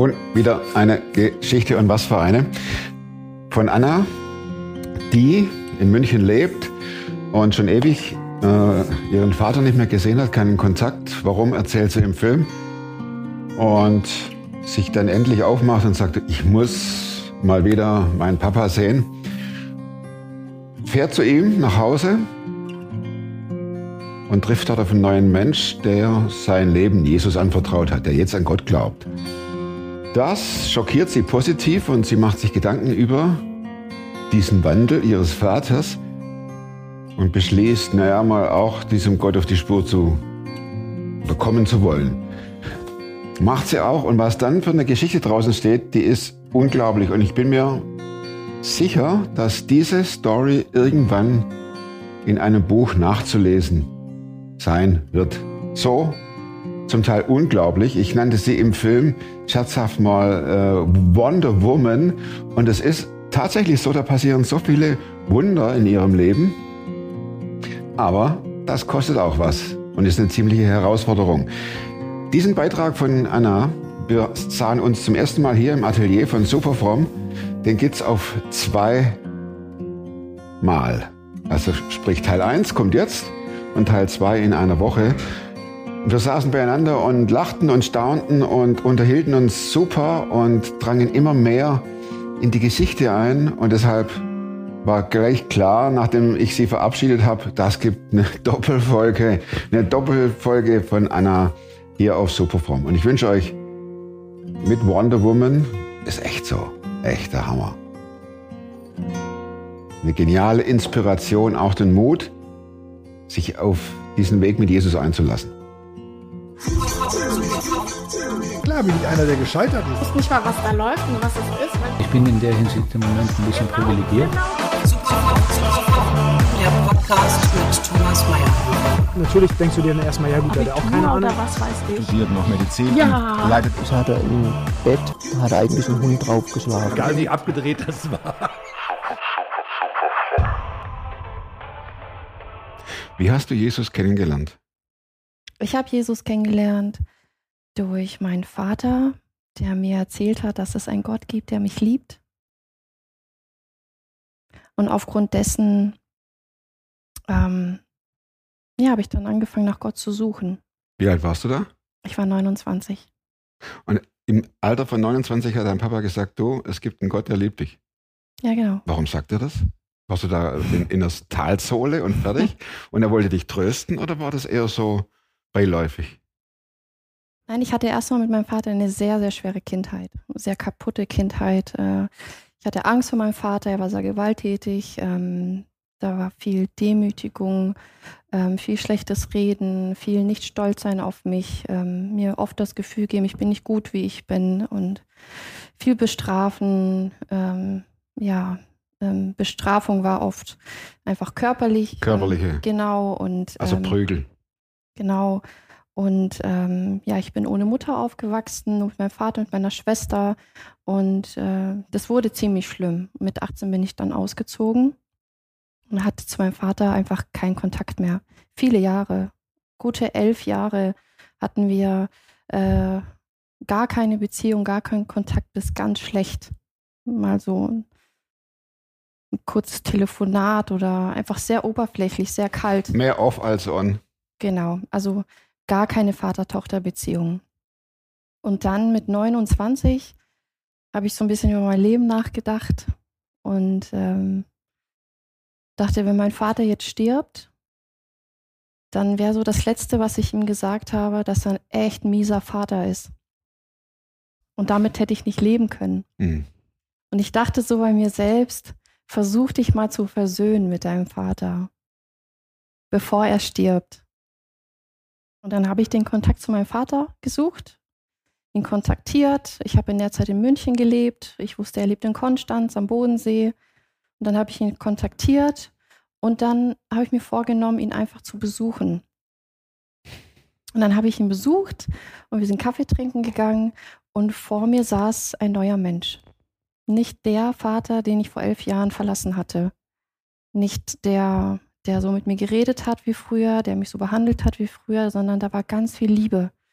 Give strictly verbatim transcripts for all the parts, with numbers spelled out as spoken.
Und wieder eine Geschichte, und was für eine, von Anna, die in München lebt und schon ewig äh, ihren Vater nicht mehr gesehen hat, keinen Kontakt. Warum, erzählt sie im Film. Und sich dann endlich aufmacht und sagt, ich muss mal wieder meinen Papa sehen. Fährt zu ihm nach Hause und trifft dort auf einen neuen Mensch, der sein Leben Jesus anvertraut hat, der jetzt an Gott glaubt. Das schockiert sie positiv und sie macht sich Gedanken über diesen Wandel ihres Vaters und beschließt, naja, mal auch diesem Gott auf die Spur zu oder kommen zu wollen. Macht sie auch, und was dann für eine Geschichte draußen steht, die ist unglaublich. Und ich bin mir sicher, dass diese Story irgendwann in einem Buch nachzulesen sein wird. So zum Teil unglaublich. Ich nannte sie im Film scherzhaft mal äh, Wonder Woman. Und es ist tatsächlich so, da passieren so viele Wunder in ihrem Leben. Aber das kostet auch was und ist eine ziemliche Herausforderung. Diesen Beitrag von Anna, wir sahen uns zum ersten Mal hier im Atelier von Superfromm, den gibt's auf zwei Mal. Also sprich Teil eins kommt jetzt und Teil zwei in einer Woche. Wir saßen beieinander und lachten und staunten und unterhielten uns super und drangen immer mehr in die Geschichte ein. Und deshalb war gleich klar, nachdem ich sie verabschiedet habe, das gibt eine Doppelfolge, eine Doppelfolge von Anna hier auf Superfromm. Und ich wünsche euch mit Wonder Woman, ist echt so, echter Hammer. Eine geniale Inspiration, auch den Mut, sich auf diesen Weg mit Jesus einzulassen. Klar bin ich einer, der gescheitert ist. Ich weiß nicht mal, was da läuft und was es ist. Ich bin in der Hinsicht im Moment ein bisschen privilegiert. Der Podcast mit Thomas Mayer. Natürlich denkst du dir dann erstmal, ja gut, der hat auch keine Ahnung. Oder was weiß ich. Studiert noch Medizin. Ja. Leidet. Ich hatte im Bett, hat eigentlich ein Hund draufgeschlagen. Egal wie abgedreht das war. Wie hast du Jesus kennengelernt? Ich habe Jesus kennengelernt durch meinen Vater, der mir erzählt hat, dass es einen Gott gibt, der mich liebt. Und aufgrund dessen ähm, ja, habe ich dann angefangen, nach Gott zu suchen. Wie alt warst du da? Ich war neunundzwanzig. Und im Alter von neunundzwanzig hat dein Papa gesagt, du, es gibt einen Gott, der liebt dich. Ja, genau. Warum sagt er das? Warst du da in, in der Talsohle und fertig? Und er wollte dich trösten, oder war das eher so beiläufig? Nein, ich hatte erstmal mit meinem Vater eine sehr, sehr schwere Kindheit. Sehr kaputte Kindheit. Ich hatte Angst vor meinem Vater, er war sehr gewalttätig. Da war viel Demütigung, viel schlechtes Reden, viel nicht stolz sein auf mich. Mir oft das Gefühl geben, ich bin nicht gut, wie ich bin. Und viel bestrafen. Ja, Bestrafung war oft einfach körperlich. Körperliche. Genau. Und, also Prügel. Genau. Und ähm, ja, ich bin ohne Mutter aufgewachsen, mit meinem Vater und meiner Schwester. Und äh, das wurde ziemlich schlimm. Mit achtzehn bin ich dann ausgezogen und hatte zu meinem Vater einfach keinen Kontakt mehr. Viele Jahre, gute elf Jahre hatten wir äh, gar keine Beziehung, gar keinen Kontakt, bis ganz schlecht. Mal so ein, ein kurzes Telefonat oder einfach sehr oberflächlich, sehr kalt. Mehr off als on. Genau, also gar keine Vater-Tochter-Beziehung. Und dann mit neunundzwanzig habe ich so ein bisschen über mein Leben nachgedacht und ähm, dachte, wenn mein Vater jetzt stirbt, dann wäre so das Letzte, was ich ihm gesagt habe, dass er ein echt mieser Vater ist. Und damit hätte ich nicht leben können. Mhm. Und ich dachte so bei mir selbst, versuch dich mal zu versöhnen mit deinem Vater, bevor er stirbt. Und dann habe ich den Kontakt zu meinem Vater gesucht, ihn kontaktiert. Ich habe in der Zeit in München gelebt. Ich wusste, er lebt in Konstanz am Bodensee. Und dann habe ich ihn kontaktiert und dann habe ich mir vorgenommen, ihn einfach zu besuchen. Und dann habe ich ihn besucht und wir sind Kaffee trinken gegangen und vor mir saß ein neuer Mensch. Nicht der Vater, den ich vor elf Jahren verlassen hatte. Nicht der... der so mit mir geredet hat wie früher, der mich so behandelt hat wie früher, sondern da war ganz viel Liebe.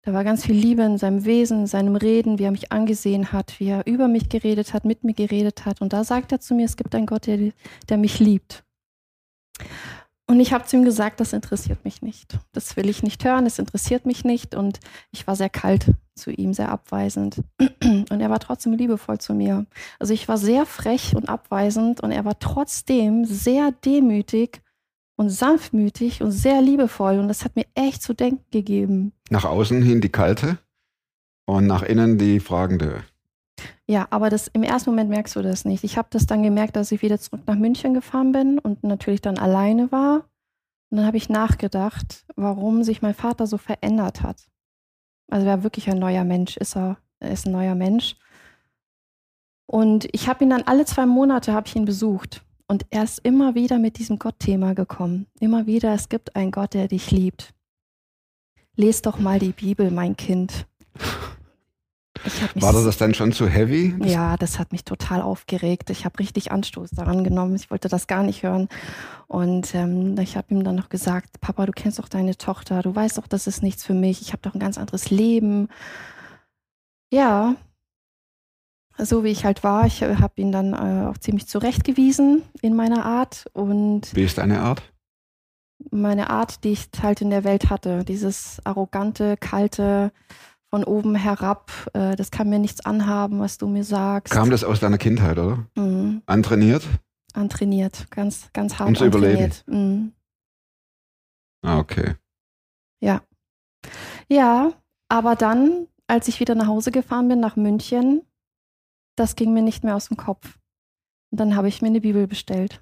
Da war ganz viel Liebe in seinem Wesen, in seinem Reden, wie er mich angesehen hat, wie er über mich geredet hat, mit mir geredet hat. Und da sagt er zu mir, es gibt einen Gott, der, der mich liebt. Und ich habe zu ihm gesagt, das interessiert mich nicht. Das will ich nicht hören, das interessiert mich nicht. Und ich war sehr kalt zu ihm, sehr abweisend. Und er war trotzdem liebevoll zu mir. Also ich war sehr frech und abweisend und er war trotzdem sehr demütig und sanftmütig und sehr liebevoll. Und das hat mir echt zu denken gegeben. Nach außen hin die kalte und nach innen die fragende. Ja, aber das, im ersten Moment merkst du das nicht. Ich habe das dann gemerkt, als ich wieder zurück nach München gefahren bin und natürlich dann alleine war. Und dann habe ich nachgedacht, warum sich mein Vater so verändert hat. Also er war wirklich ein neuer Mensch, ist er, er ist ein neuer Mensch. Und ich habe ihn dann alle zwei Monate habe ich ihn besucht. Und er ist immer wieder mit diesem Gott-Thema gekommen. Immer wieder, es gibt einen Gott, der dich liebt. Lies doch mal die Bibel, mein Kind. Ich hab mich War das dann schon zu heavy? Ja, das hat mich total aufgeregt. Ich habe richtig Anstoß daran genommen. Ich wollte das gar nicht hören. Und ähm, ich habe ihm dann noch gesagt, Papa, du kennst doch deine Tochter. Du weißt doch, das ist nichts für mich. Ich habe doch ein ganz anderes Leben. Ja, so wie ich halt war. Ich habe ihn dann äh, auch ziemlich zurechtgewiesen in meiner Art. Und Wie ist deine Art? meine Art, die ich halt in der Welt hatte. Dieses arrogante, kalte, von oben herab, äh, das kann mir nichts anhaben, was du mir sagst. Kam das aus deiner Kindheit, oder? Mhm. Antrainiert? Antrainiert, ganz, ganz hart Um zu antrainiert. Mhm. Ah, okay. Ja. Ja, aber dann, als ich wieder nach Hause gefahren bin, nach München, das ging mir nicht mehr aus dem Kopf. Und dann habe ich mir eine Bibel bestellt.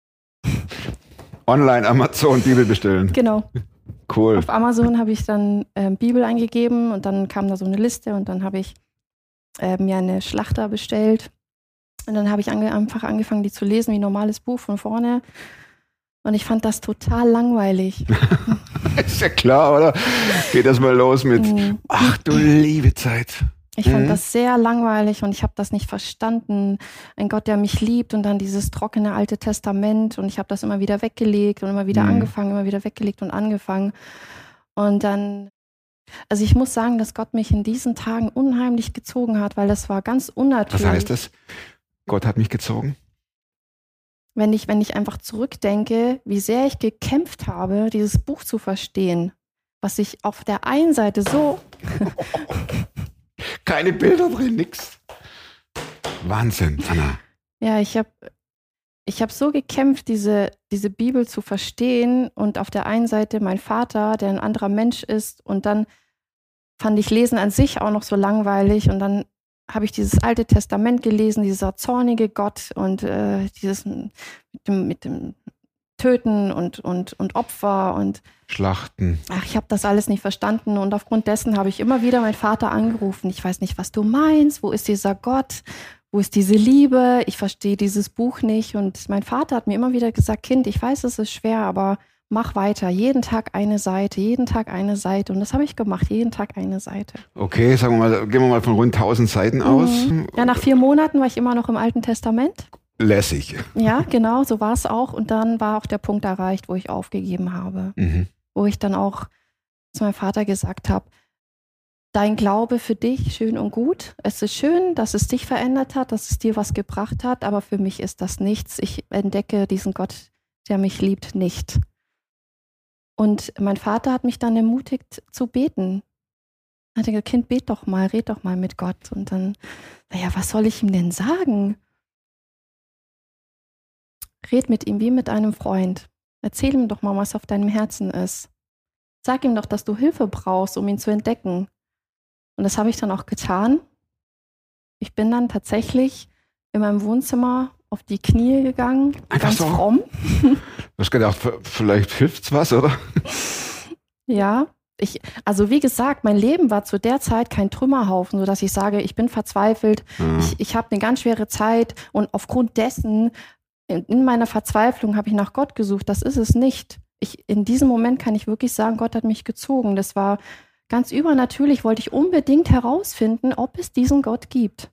Online Amazon Bibel bestellen. Genau. Cool. Auf Amazon habe ich dann ähm, Bibel eingegeben und dann kam da so eine Liste und dann habe ich äh, mir eine Schlachter bestellt. Und dann habe ich ange- einfach angefangen, die zu lesen, wie ein normales Buch von vorne. Und ich fand das total langweilig. Ist ja klar, oder? Geht das mal los mit, Mhm. ach du liebe Zeit. Ich fand Mhm. das sehr langweilig und ich habe das nicht verstanden. Ein Gott, der mich liebt und dann dieses trockene Alte Testament und ich habe das immer wieder weggelegt und immer wieder Mhm. angefangen, immer wieder weggelegt und angefangen. Und dann, also ich muss sagen, dass Gott mich in diesen Tagen unheimlich gezogen hat, weil das war ganz unnatürlich. Was heißt das? Gott hat mich gezogen? Wenn ich, wenn ich einfach zurückdenke, wie sehr ich gekämpft habe, dieses Buch zu verstehen, was ich auf der einen Seite so Keine Bilder drin, nix. Wahnsinn, Anna. Ja, ich habe ich hab so gekämpft, diese, diese Bibel zu verstehen und auf der einen Seite mein Vater, der ein anderer Mensch ist und dann fand ich Lesen an sich auch noch so langweilig und dann habe ich dieses Alte Testament gelesen, dieser zornige Gott und äh, dieses mit dem, mit dem Töten und, und, und Opfer und Schlachten. ach, ich habe das alles nicht verstanden und aufgrund dessen habe ich immer wieder meinen Vater angerufen. Ich weiß nicht, was du meinst, wo ist dieser Gott, wo ist diese Liebe, ich verstehe dieses Buch nicht und mein Vater hat mir immer wieder gesagt, Kind, ich weiß, es ist schwer, aber mach weiter, jeden Tag eine Seite, jeden Tag eine Seite und das habe ich gemacht, jeden Tag eine Seite. Okay, sagen wir mal, gehen wir mal von rund tausend Seiten aus. Mhm. Ja, nach vier Monaten war ich immer noch im Alten Testament. Lässig. Ja, genau, so war es auch und dann war auch der Punkt erreicht, wo ich aufgegeben habe. Mhm. Wo ich dann auch zu meinem Vater gesagt habe, dein Glaube für dich schön und gut. Es ist schön, dass es dich verändert hat, dass es dir was gebracht hat, aber für mich ist das nichts. Ich entdecke diesen Gott, der mich liebt, nicht. Und mein Vater hat mich dann ermutigt zu beten. Er hat gesagt, Kind, bet doch mal, red doch mal mit Gott. Und dann, naja, was soll ich ihm denn sagen? Red mit ihm wie mit einem Freund. Erzähl ihm doch mal, was auf deinem Herzen ist. Sag ihm doch, dass du Hilfe brauchst, um ihn zu entdecken. Und das habe ich dann auch getan. Ich bin dann tatsächlich in meinem Wohnzimmer auf die Knie gegangen, Einfach ganz so? fromm. Du hast gedacht, v- vielleicht hilft's was, oder? Ja, ich, also wie gesagt, mein Leben war zu der Zeit kein Trümmerhaufen, sodass ich sage, ich bin verzweifelt, Ja. ich, ich habe eine ganz schwere Zeit und aufgrund dessen, in, in meiner Verzweiflung habe ich nach Gott gesucht. Das ist es nicht. Ich, in diesem Moment kann ich wirklich sagen, Gott hat mich gezogen. Das war ganz übernatürlich, wollte ich unbedingt herausfinden, ob es diesen Gott gibt.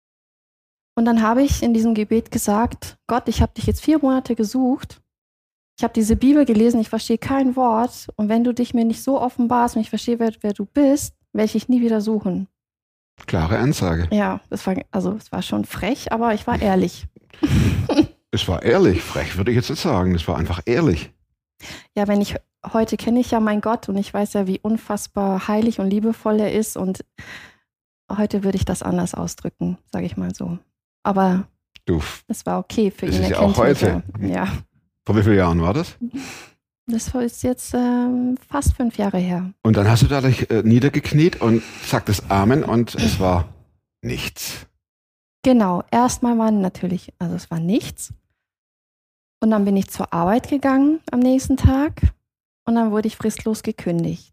Und dann habe ich in diesem Gebet gesagt, Gott, ich habe dich jetzt vier Monate gesucht. ich habe diese Bibel gelesen, ich verstehe kein Wort. Und wenn du dich mir nicht so offenbarst und ich verstehe, wer, wer du bist, werde ich dich nie wieder suchen. Klare Ansage. Ja, das war, also es war schon frech, aber ich war ehrlich. Es war ehrlich, frech würde ich jetzt nicht sagen. Es war einfach ehrlich. Ja, wenn ich, heute kenne ich ja meinen Gott und ich weiß ja, wie unfassbar heilig und liebevoll er ist und heute würde ich das anders ausdrücken, sage ich mal so. Aber Du, es war okay für das ihn. ist er ja auch kennt mich heute. Ja. Ja. Vor wie vielen Jahren war das? Das ist jetzt ähm, fast fünf Jahre her. Und dann hast du da dich äh, niedergekniet und sagtest Amen und es war nichts. Genau, erstmal war natürlich, also es war nichts. Und dann bin ich zur Arbeit gegangen am nächsten Tag und dann wurde ich fristlos gekündigt.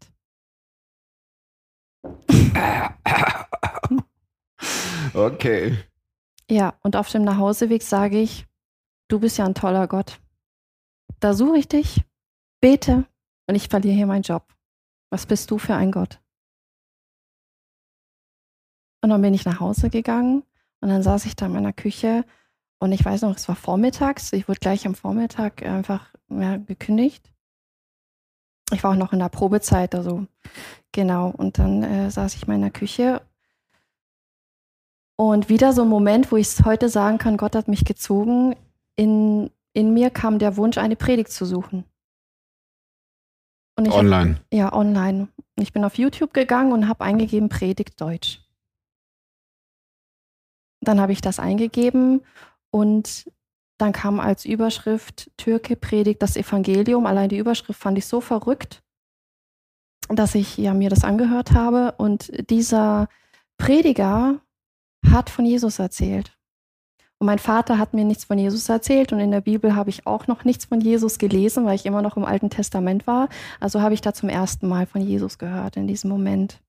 Okay. Ja, und auf dem Nachhauseweg sage ich, du bist ja ein toller Gott. Da suche ich dich, bete und ich verliere hier meinen Job. Was bist du für ein Gott? Und dann bin ich nach Hause gegangen und dann saß ich da in meiner Küche und ich weiß noch, es war vormittags. Ich wurde gleich am Vormittag einfach ja, gekündigt. Ich war auch noch in der Probezeit, also genau. Und dann äh, saß ich in meiner Küche und wieder so ein Moment, wo ich es heute sagen kann, Gott hat mich gezogen. In, in mir kam der Wunsch, eine Predigt zu suchen. Und ich Online. Hab, ja, online. Und ich bin auf YouTube gegangen und habe eingegeben Predigt Deutsch. Dann habe ich das eingegeben und dann kam als Überschrift Türke predigt das Evangelium. Allein die Überschrift fand ich so verrückt, dass ich ja mir das angehört habe. Und dieser Prediger hat von Jesus erzählt. Und mein Vater hat mir nichts von Jesus erzählt und in der Bibel habe ich auch noch nichts von Jesus gelesen, weil ich immer noch im Alten Testament war. Also habe ich da zum ersten Mal von Jesus gehört in diesem Moment.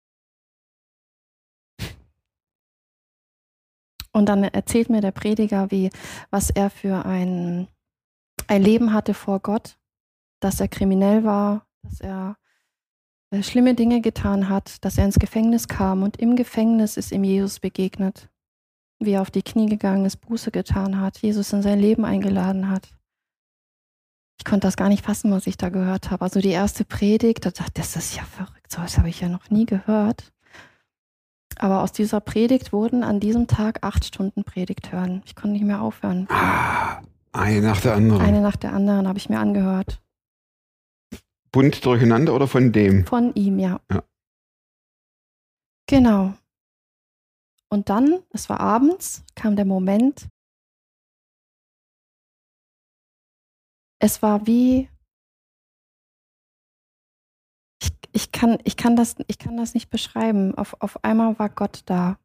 Und dann erzählt mir der Prediger, wie, was er für ein, ein Leben hatte vor Gott, dass er kriminell war, dass er äh, schlimme Dinge getan hat, dass er ins Gefängnis kam und im Gefängnis ist ihm Jesus begegnet, wie er auf die Knie gegangen ist, Buße getan hat, Jesus in sein Leben eingeladen hat. Ich konnte das gar nicht fassen, was ich da gehört habe. Also die erste Predigt, da dachte ich, das ist ja verrückt, so was habe ich ja noch nie gehört. Aber aus dieser Predigt wurden an diesem Tag acht Stunden Predigt hören. Ich konnte nicht mehr aufhören. Ah, eine nach der anderen. Eine nach der anderen habe ich mir angehört. Bunt durcheinander oder von dem? Von ihm, ja. Ja. Genau. Und dann, es war abends, kam der Moment. Es war wie, ich, ich, kann, ich, kann, das, ich kann das nicht beschreiben. Auf, auf einmal war Gott da.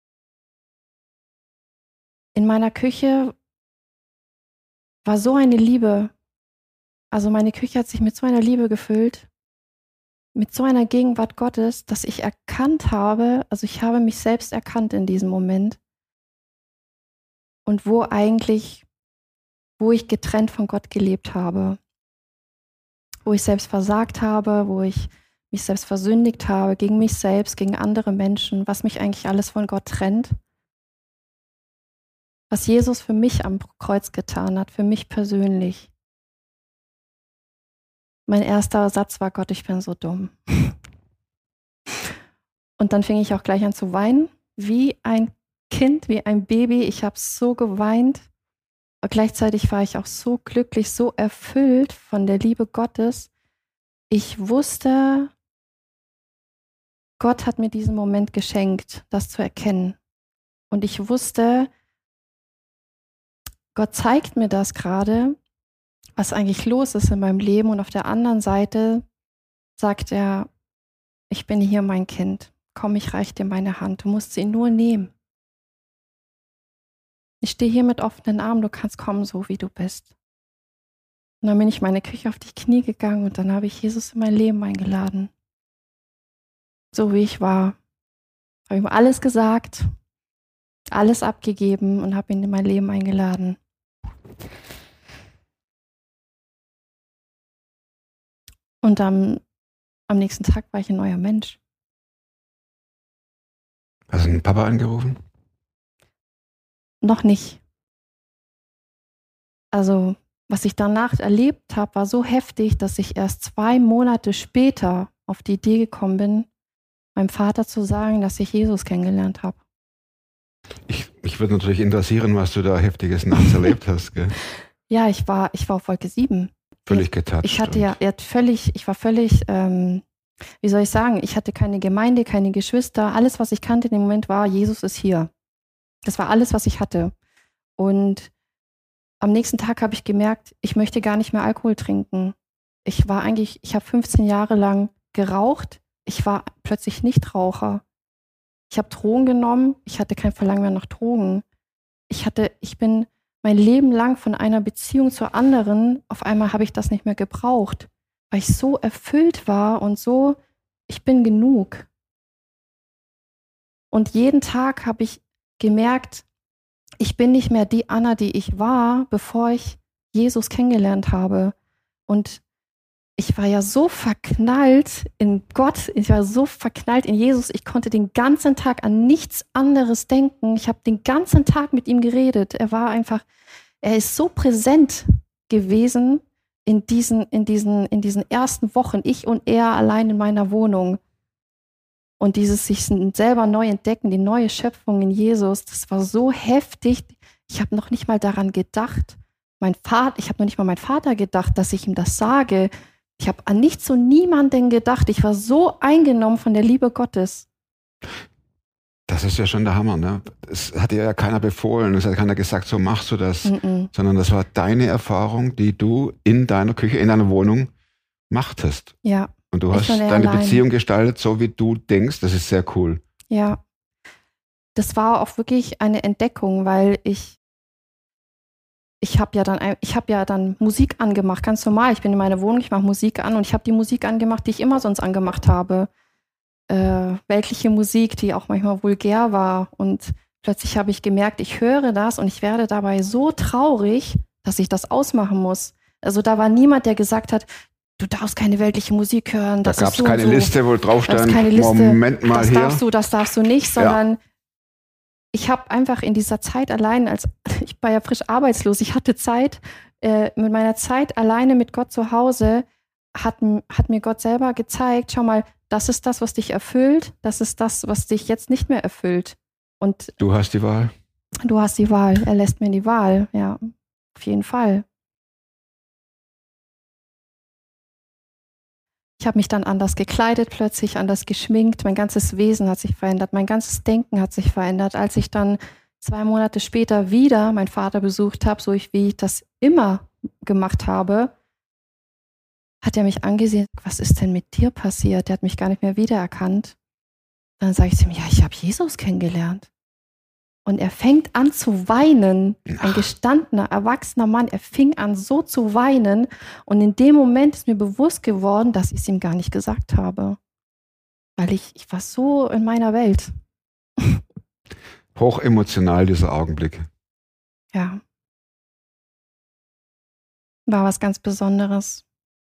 In meiner Küche war so eine Liebe. Also meine Küche hat sich mit so einer Liebe gefüllt, mit so einer Gegenwart Gottes, dass ich erkannt habe, also ich habe mich selbst erkannt in diesem Moment. Und wo eigentlich, wo ich getrennt von Gott gelebt habe. Wo ich selbst versagt habe, wo ich mich selbst versündigt habe, gegen mich selbst, gegen andere Menschen, was mich eigentlich alles von Gott trennt. Was Jesus für mich am Kreuz getan hat, für mich persönlich. Mein erster Satz war, Gott, ich bin so dumm. Und dann fing ich auch gleich an zu weinen, wie ein Kind, wie ein Baby. Ich habe so geweint. Und gleichzeitig war ich auch so glücklich, so erfüllt von der Liebe Gottes. Ich wusste, Gott hat mir diesen Moment geschenkt, das zu erkennen. Und ich wusste, Gott zeigt mir das gerade, was eigentlich los ist in meinem Leben. Und auf der anderen Seite sagt er, ich bin hier mein Kind. Komm, ich reiche dir meine Hand. Du musst sie nur nehmen. Ich stehe hier mit offenen Armen. Du kannst kommen, so wie du bist. Und dann bin ich in meine Küche auf die Knie gegangen und dann habe ich Jesus in mein Leben eingeladen. So wie ich war. Habe ihm alles gesagt, alles abgegeben und habe ihn in mein Leben eingeladen. Und am, am nächsten Tag war ich ein neuer Mensch. Hast du den Papa angerufen? Noch nicht. Also was ich danach erlebt habe, war so heftig, dass ich erst zwei Monate später auf die Idee gekommen bin, meinem Vater zu sagen, dass ich Jesus kennengelernt habe. Ich, mich würde natürlich interessieren, was du da Heftiges nachts erlebt hast. Gell? Ja, ich war, ich war auf Wolke sieben. Völlig getoucht. Ich hatte ja, er hat völlig, ich war völlig, ähm, wie soll ich sagen, ich hatte keine Gemeinde, keine Geschwister. Alles, was ich kannte in dem Moment war, Jesus ist hier. Das war alles, was ich hatte. Und am nächsten Tag habe ich gemerkt, ich möchte gar nicht mehr Alkohol trinken. Ich war eigentlich, ich habe fünfzehn Jahre lang geraucht. Ich war plötzlich Nichtraucher. Ich habe Drogen genommen. Ich hatte kein Verlangen mehr nach Drogen. Ich hatte, ich bin mein Leben lang von einer Beziehung zur anderen, auf einmal habe ich das nicht mehr gebraucht, weil ich so erfüllt war und so, ich bin genug. Und jeden Tag habe ich gemerkt, ich bin nicht mehr die Anna, die ich war, bevor ich Jesus kennengelernt habe. Und ich war ja so verknallt in Gott, ich war so verknallt in Jesus, ich konnte den ganzen Tag an nichts anderes denken. Ich habe den ganzen Tag mit ihm geredet. Er war einfach, er ist so präsent gewesen in diesen, in diesen, in diesen ersten Wochen, ich und er allein in meiner Wohnung. Und dieses sich selber neu entdecken, die neue Schöpfung in Jesus, das war so heftig. Ich habe noch nicht mal daran gedacht, mein Vater, ich habe noch nicht mal meinen Vater gedacht, dass ich ihm das sage. Ich habe an nichts und niemanden gedacht. Ich war so eingenommen von der Liebe Gottes. Das ist ja schon der Hammer, ne? Es hat dir ja keiner befohlen, es hat keiner gesagt, so machst du das, Mm-mm. sondern das war deine Erfahrung, die du in deiner Küche, in deiner Wohnung machtest. Ja. Und du hast deine allein. Beziehung gestaltet, so wie du denkst. Das ist sehr cool. Ja. Das war auch wirklich eine Entdeckung, weil ich Ich habe ja dann, ich habe ja dann Musik angemacht, ganz normal. Ich bin in meiner Wohnung, ich mache Musik an und ich habe die Musik angemacht, die ich immer sonst angemacht habe. Äh, weltliche Musik, die auch manchmal vulgär war. Und plötzlich habe ich gemerkt, ich höre das und ich werde dabei so traurig, dass ich das ausmachen muss. Also da war niemand, der gesagt hat, du darfst keine weltliche Musik hören. Das da gab es so keine so. Liste, wo drauf stand, Liste, Moment mal das hier. Das darfst du, das darfst du nicht, sondern ja. Ich habe einfach in dieser Zeit allein, als ich war ja frisch arbeitslos, ich hatte Zeit, äh, mit meiner Zeit alleine mit Gott zu Hause, hat, hat mir Gott selber gezeigt, schau mal, das ist das, was dich erfüllt, das ist das, was dich jetzt nicht mehr erfüllt. Und du hast die Wahl? Du hast die Wahl, er lässt mir die Wahl, ja, auf jeden Fall. Ich habe mich dann anders gekleidet plötzlich, anders geschminkt. Mein ganzes Wesen hat sich verändert, mein ganzes Denken hat sich verändert. Als ich dann zwei Monate später wieder meinen Vater besucht habe, so ich, wie ich das immer gemacht habe, hat er mich angesehen, was ist denn mit dir passiert? Der hat mich gar nicht mehr wiedererkannt. Dann sage ich zu ihm, ja, ich habe Jesus kennengelernt. Und er fängt an zu weinen, ein gestandener, erwachsener Mann, er fing an so zu weinen und in dem Moment ist mir bewusst geworden, dass ich es ihm gar nicht gesagt habe. Weil ich, ich war so in meiner Welt. Hochemotional, dieser Augenblick. Ja. War was ganz Besonderes.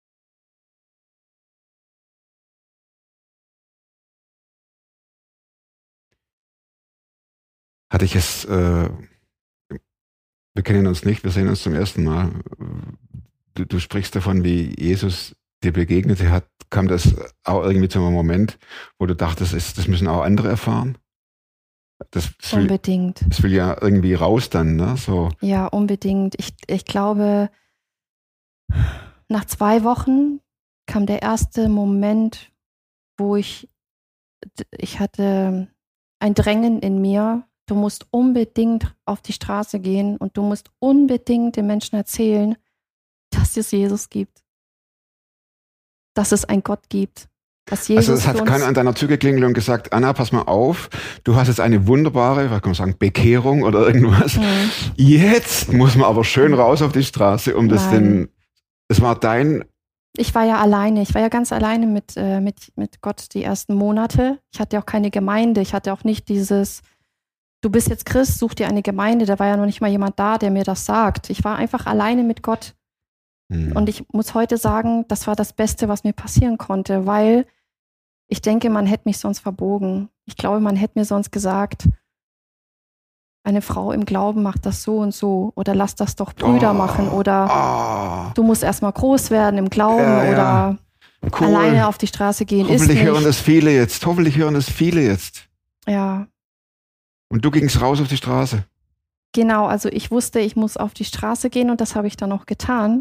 Hatte ich es, äh, wir kennen uns nicht, wir sehen uns zum ersten Mal. Du, du sprichst davon, wie Jesus dir begegnete hat. Kam das auch irgendwie zu einem Moment, wo du dachtest, das müssen auch andere erfahren? Das, das will, unbedingt. Das will ja irgendwie raus dann, ne? So. Ja, unbedingt. Ich, ich glaube, nach zwei Wochen kam der erste Moment, wo ich, ich hatte ein Drängen in mir, du musst unbedingt auf die Straße gehen und du musst unbedingt den Menschen erzählen, dass es Jesus gibt. Dass es einen Gott gibt. Dass Jesus also es hat keiner an deiner Tür geklingelt und gesagt, Anna, pass mal auf, du hast jetzt eine wunderbare, was kann man sagen, Bekehrung oder irgendwas. Mhm. Jetzt muss man aber schön raus auf die Straße, um das denn, es war dein... Ich war ja alleine, ich war ja ganz alleine mit, äh, mit, mit Gott die ersten Monate. Ich hatte auch keine Gemeinde, ich hatte auch nicht dieses... Du bist jetzt Christ, such dir eine Gemeinde. Da war ja noch nicht mal jemand da, der mir das sagt. Ich war einfach alleine mit Gott. Hm. Und ich muss heute sagen, das war das Beste, was mir passieren konnte, weil ich denke, man hätte mich sonst verbogen. Ich glaube, man hätte mir sonst gesagt, eine Frau im Glauben macht das so und so oder lass das doch Brüder Oh. machen oder Ah, du musst erstmal groß werden im Glauben Ja, ja. oder cool. alleine auf die Straße gehen ist Hoffentlich hören nicht. das viele jetzt. Hoffentlich hören das viele jetzt. Ja, Und du gingst raus auf die Straße. genau. Also ich wusste, ich muss auf die Straße gehen und das habe ich dann auch getan.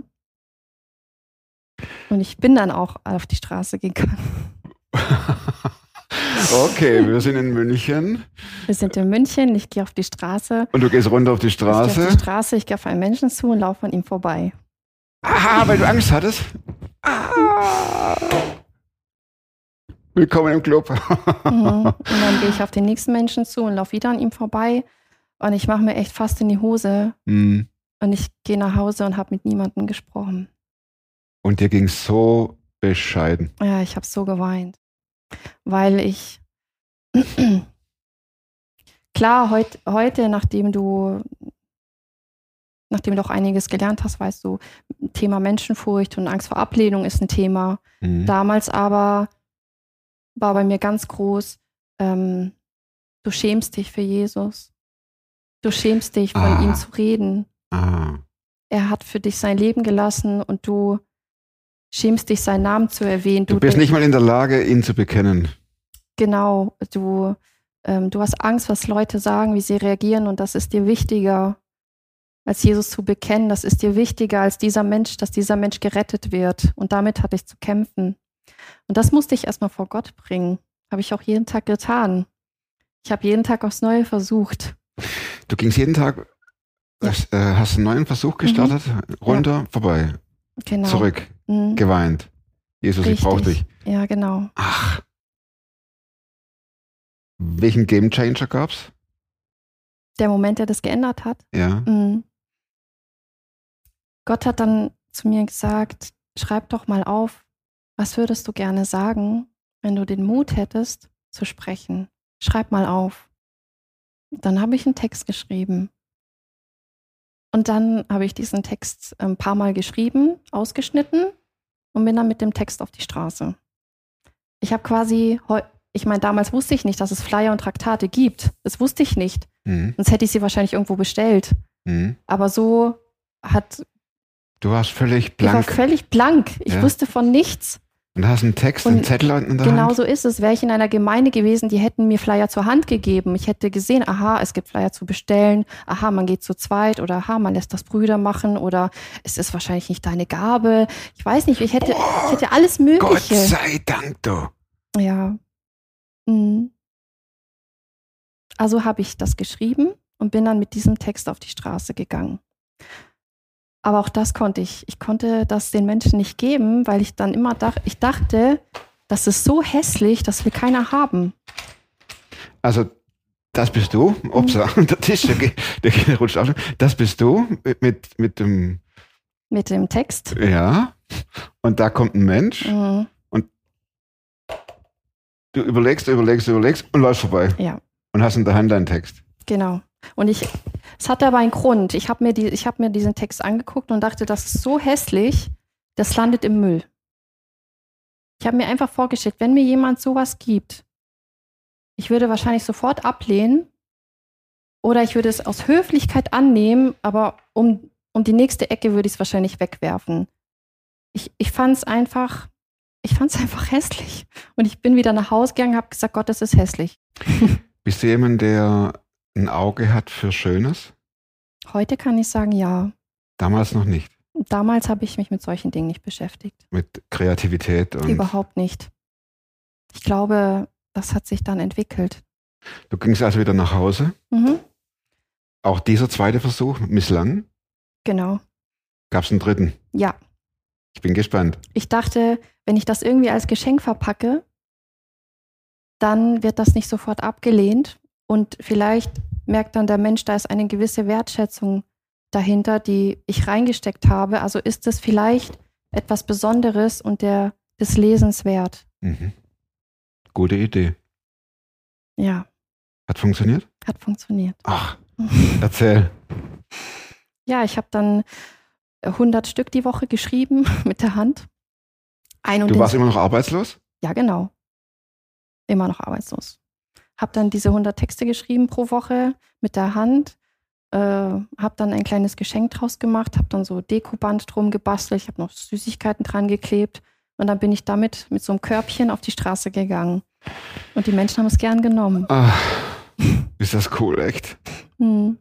Und ich bin dann auch auf die Straße gegangen. Okay, wir sind in München. Wir sind in München, ich gehe auf die Straße. Und du gehst runter auf die Ich gehe auf Straße. die Straße, ich gehe auf einen Menschen zu und laufe an ihm vorbei. Aha, weil du Angst hattest. Ah. Willkommen im Club. Mhm. Und dann gehe ich auf den nächsten Menschen zu und laufe wieder an ihm vorbei. Und ich mache mir echt fast in die Hose. Hm. Und ich gehe nach Hause und habe mit niemandem gesprochen. Und dir ging so bescheiden. Ja, ich habe so geweint. Weil ich, klar, heut, heute, nachdem du, nachdem du auch einiges gelernt hast, weißt du, Thema Menschenfurcht und Angst vor Ablehnung ist ein Thema. Hm. Damals aber war bei mir ganz groß, ähm, du schämst dich für Jesus. Du schämst dich, von Ah. ihm zu reden. Ah. Er hat für dich sein Leben gelassen und du schämst dich, seinen Namen zu erwähnen. Du bist denk- nicht mal in der Lage, ihn zu bekennen. Genau, du, ähm, du hast Angst, was Leute sagen, wie sie reagieren und das ist dir wichtiger, als Jesus zu bekennen. Das ist dir wichtiger als dieser Mensch, dass dieser Mensch gerettet wird. Und damit hatte ich zu kämpfen. Und das musste ich erstmal vor Gott bringen. Habe ich auch jeden Tag getan. Ich habe jeden Tag aufs Neue versucht. Du gingst jeden Tag, Ja. hast, äh, hast einen neuen Versuch gestartet, runter, vorbei, Genau. zurück, Mhm. geweint. Jesus, ich brauche dich. Richtig. Ja, genau. Ach. Welchen Gamechanger gab's? Der Moment, der das geändert hat. Ja. Mhm. Gott hat dann zu mir gesagt, schreib doch mal auf, was würdest du gerne sagen, wenn du den Mut hättest, zu sprechen. Schreib mal auf. Dann habe ich einen Text geschrieben. Und dann habe ich diesen Text ein paar Mal geschrieben, ausgeschnitten und bin dann mit dem Text auf die Straße. Ich habe quasi, heu- ich meine, damals wusste ich nicht, dass es Flyer und Traktate gibt. Das wusste ich nicht. Mhm. Sonst hätte ich sie wahrscheinlich irgendwo bestellt. Mhm. Aber so hat, Du warst völlig ich war blank völlig blank. Ich Ja. wusste von nichts. und hast einen Text, Und einen Zettel in der Genau Hand. so ist es. Wäre ich in einer Gemeinde gewesen, die hätten mir Flyer zur Hand gegeben. Ich hätte gesehen, aha, es gibt Flyer zu bestellen. Aha, man geht zu zweit oder aha, man lässt das Brüder machen oder es ist wahrscheinlich nicht deine Gabe. Ich weiß nicht, ich hätte, ich hätte alles Gott Mögliche. sei Dank, du. Ja. Mhm. Also habe ich das geschrieben und bin dann mit diesem Text auf die Straße gegangen. Aber auch das konnte ich. Ich konnte das den Menschen nicht geben, weil ich dann immer dachte, ich dachte, das ist so hässlich, das will keiner haben. Also, das bist du. Upsa, der Tisch, der, geht- der, geht- der rutscht auf. Das bist du mit, mit, mit dem, Mit dem Text. ja. Und da kommt ein Mensch. Mhm. Du überlegst, überlegst, überlegst und läufst vorbei. Ja, Und hast in der Hand deinen Text. genau. Und ich, es hatte aber einen Grund. Ich habe mir, die, ich hab mir diesen Text angeguckt und dachte, das ist so hässlich, das landet im Müll. Ich habe mir einfach vorgestellt, wenn mir jemand sowas gibt, ich würde wahrscheinlich sofort ablehnen oder ich würde es aus Höflichkeit annehmen, aber um, um die nächste Ecke würde ich es wahrscheinlich wegwerfen. Ich, ich fand es einfach, ich fand es einfach hässlich. Und ich bin wieder nach Hause gegangen und habe gesagt, Gott, das ist hässlich. Bist du jemand, der ein Auge hat für Schönes? Heute kann ich sagen, ja. Damals noch nicht. Damals habe ich mich mit solchen Dingen nicht beschäftigt. Mit Kreativität und Überhaupt nicht. Ich glaube, das hat sich dann entwickelt. du gingst also wieder nach Hause. Mhm, Auch dieser zweite Versuch misslang. genau. Gab es einen dritten? Ja. Ich bin gespannt. Ich dachte, wenn ich das irgendwie als Geschenk verpacke, dann wird das nicht sofort abgelehnt. Und vielleicht merkt dann der Mensch, da ist eine gewisse Wertschätzung dahinter, die ich reingesteckt habe. Also ist es vielleicht etwas Besonderes und der, des Lesens wert. Mhm. Gute Idee. Ja, Hat funktioniert? hat funktioniert. Ach, erzähl. Ja, ich habe dann hundert Stück die Woche geschrieben mit der Hand. Ein und Du den- warst immer noch arbeitslos? Ja, genau. Immer noch arbeitslos. Hab dann diese hundert Texte geschrieben pro Woche mit der Hand äh, habe dann ein kleines Geschenk draus gemacht, habe dann so Dekoband drum gebastelt, ich habe noch Süßigkeiten dran geklebt und dann bin ich damit mit so einem Körbchen auf die Straße gegangen. Und die Menschen haben es gern genommen. Ach, ist das cool, echt? Hm.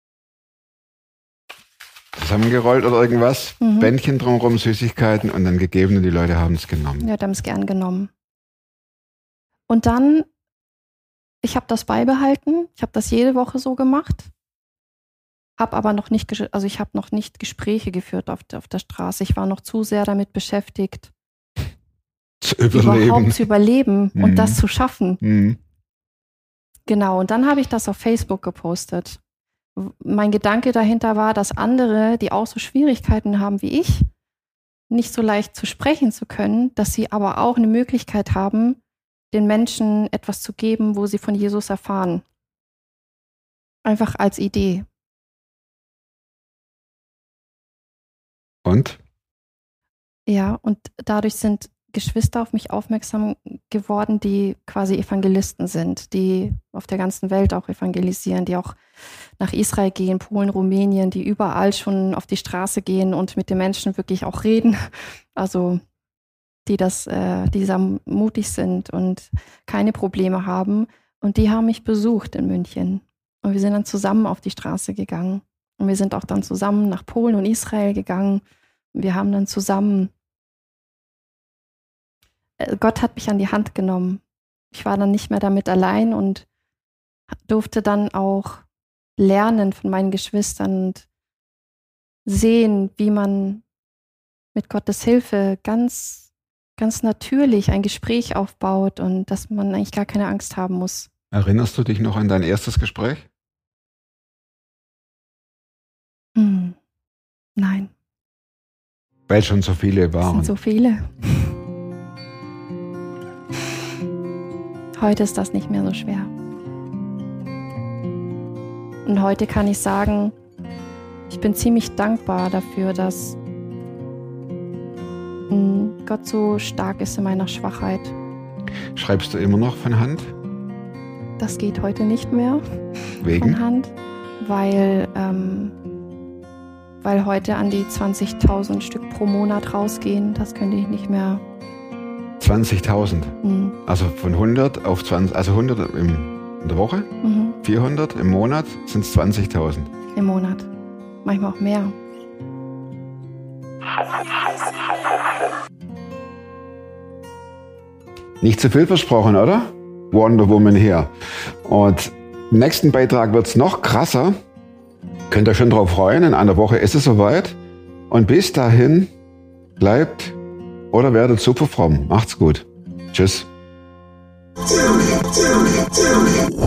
Zusammengerollt oder irgendwas, Mhm. Bändchen drumherum, Süßigkeiten und dann gegeben und die Leute haben es genommen. Ja, die haben es gern genommen. Und dann, ich habe das beibehalten, ich habe das jede Woche so gemacht, habe aber noch nicht, ges- also ich habe noch nicht Gespräche geführt auf der, auf der Straße. Ich war noch zu sehr damit beschäftigt, Zu überleben. überhaupt zu überleben Mhm. und das zu schaffen. Mhm. Genau, und dann habe ich das auf Facebook gepostet. W- Mein Gedanke dahinter war, dass andere, die auch so Schwierigkeiten haben wie ich, nicht so leicht zu sprechen zu können, dass sie aber auch eine Möglichkeit haben, den Menschen etwas zu geben, wo sie von Jesus erfahren. Einfach als Idee. Und? Ja, und dadurch sind Geschwister auf mich aufmerksam geworden, die quasi Evangelisten sind, die auf der ganzen Welt auch evangelisieren, die auch nach Israel gehen, Polen, Rumänien, die überall schon auf die Straße gehen und mit den Menschen wirklich auch reden. Also die das, äh, die sehr mutig sind und keine Probleme haben. Und die haben mich besucht in München. Und wir sind dann zusammen auf die Straße gegangen. Und wir sind auch dann zusammen nach Polen und Israel gegangen. Und wir haben dann zusammen Gott hat mich an die Hand genommen. Ich war dann nicht mehr damit allein und durfte dann auch lernen von meinen Geschwistern und sehen, wie man mit Gottes Hilfe ganz, ganz natürlich ein Gespräch aufbaut und dass man eigentlich gar keine Angst haben muss. Erinnerst du dich noch an dein erstes Gespräch? Hm. Nein, Weil schon so viele es waren. sind so viele. Heute ist das nicht mehr so schwer. Und heute kann ich sagen, ich bin ziemlich dankbar dafür, dass mm, Gott so stark ist in meiner Schwachheit. Schreibst du immer noch von Hand? Das geht heute nicht mehr Wegen? von Hand, weil, ähm, weil heute an die zwanzigtausend Stück pro Monat rausgehen. Das könnte ich nicht mehr. zwanzigtausend. Mm, Also von hundert auf zwanzig, also hundert im, in der Woche, mhm, vierhundert im Monat sind es zwanzigtausend. im Monat. Manchmal auch mehr. Nicht zu viel versprochen, oder? Wonder Woman hier. Und im nächsten Beitrag wird es noch krasser. Könnt ihr schon drauf freuen. In einer Woche ist es soweit. Und bis dahin bleibt oder werdet super fromm. Macht's gut. Tschüss. Tune in, tune in, tune in.